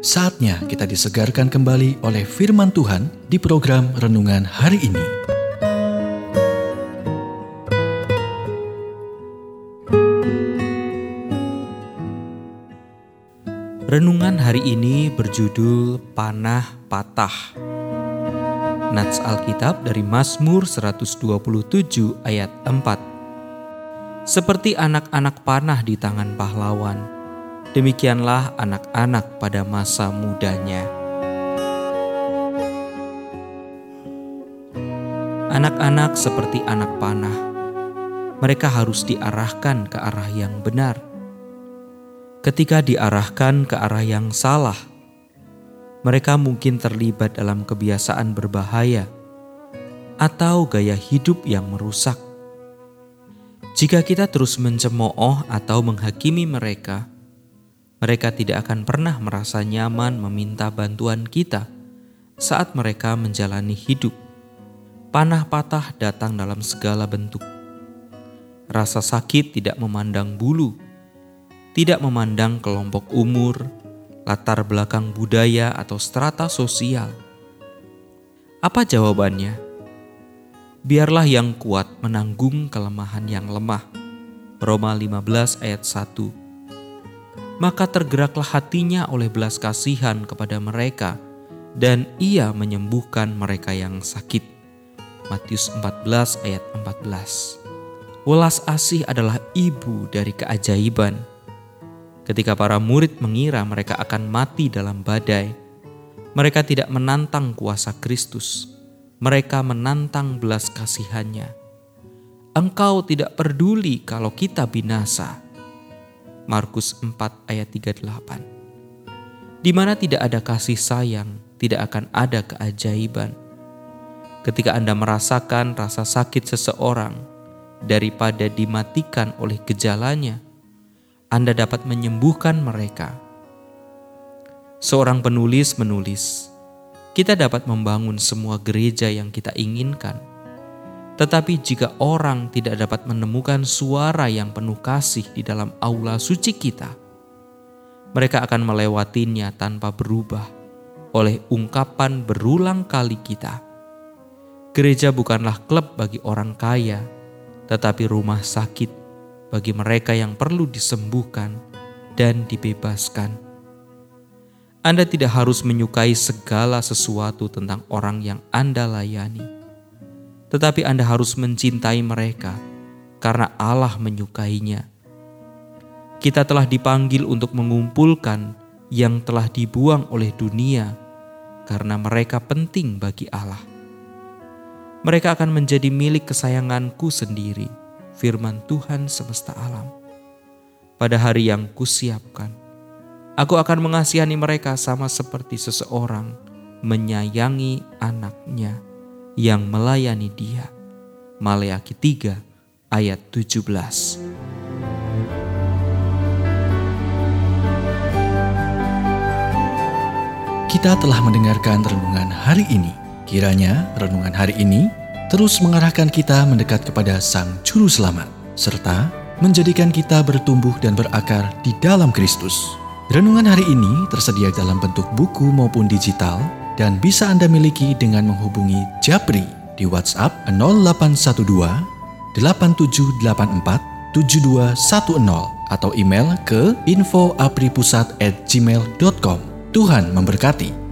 Saatnya kita disegarkan kembali oleh firman Tuhan di program Renungan Hari Ini. Renungan hari ini berjudul Panah Patah. Nats Alkitab dari Mazmur 127 ayat 4. Seperti anak-anak panah di tangan pahlawan, demikianlah anak-anak pada masa mudanya. Anak-anak seperti anak panah. Mereka harus diarahkan ke arah yang benar. Ketika diarahkan ke arah yang salah, mereka mungkin terlibat dalam kebiasaan berbahaya atau gaya hidup yang merusak. Jika kita terus mencemooh atau menghakimi mereka tidak akan pernah merasa nyaman meminta bantuan kita saat mereka menjalani hidup. Panah patah datang dalam segala bentuk. Rasa sakit tidak memandang bulu, tidak memandang kelompok umur, latar belakang budaya atau strata sosial. Apa jawabannya? Biarlah yang kuat menanggung kelemahan yang lemah. Roma 15 ayat 1. Maka tergeraklah hatinya oleh belas kasihan kepada mereka, dan ia menyembuhkan mereka yang sakit. Matius 14 ayat 14. Welas asih adalah ibu dari keajaiban. Ketika para murid mengira mereka akan mati dalam badai, mereka tidak menantang kuasa Kristus. Mereka menantang belas kasihannya. Engkau tidak peduli kalau kita binasa. Markus 4 ayat 38. Di mana tidak ada kasih sayang, tidak akan ada keajaiban. Ketika Anda merasakan rasa sakit seseorang, daripada dimatikan oleh gejalanya, Anda dapat menyembuhkan mereka. Seorang penulis menulis, kita dapat membangun semua gereja yang kita inginkan. Tetapi jika orang tidak dapat menemukan suara yang penuh kasih di dalam aula suci kita, mereka akan melewatinya tanpa berubah oleh ungkapan berulang kali kita. Gereja bukanlah klub bagi orang kaya, tetapi rumah sakit bagi mereka yang perlu disembuhkan dan dibebaskan. Anda tidak harus menyukai segala sesuatu tentang orang yang Anda layani, tetapi Anda harus mencintai mereka karena Allah menyukainya. Kita telah dipanggil untuk mengumpulkan yang telah dibuang oleh dunia karena mereka penting bagi Allah. Mereka akan menjadi milik kesayanganku sendiri, firman Tuhan semesta alam. Pada hari yang kusiapkan, aku akan mengasihani mereka sama seperti seseorang menyayangi anaknya yang melayani dia. Maleakhi 3 ayat 17. Kita telah mendengarkan renungan hari ini. Kiranya renungan hari ini terus mengarahkan kita mendekat kepada Sang Juru Selamat, serta menjadikan kita bertumbuh dan berakar di dalam Kristus. Renungan hari ini tersedia dalam bentuk buku maupun digital dan bisa Anda miliki dengan menghubungi Japri di WhatsApp 0812 8784 7210 atau email ke info@apripusat@gmail.com. Tuhan memberkati.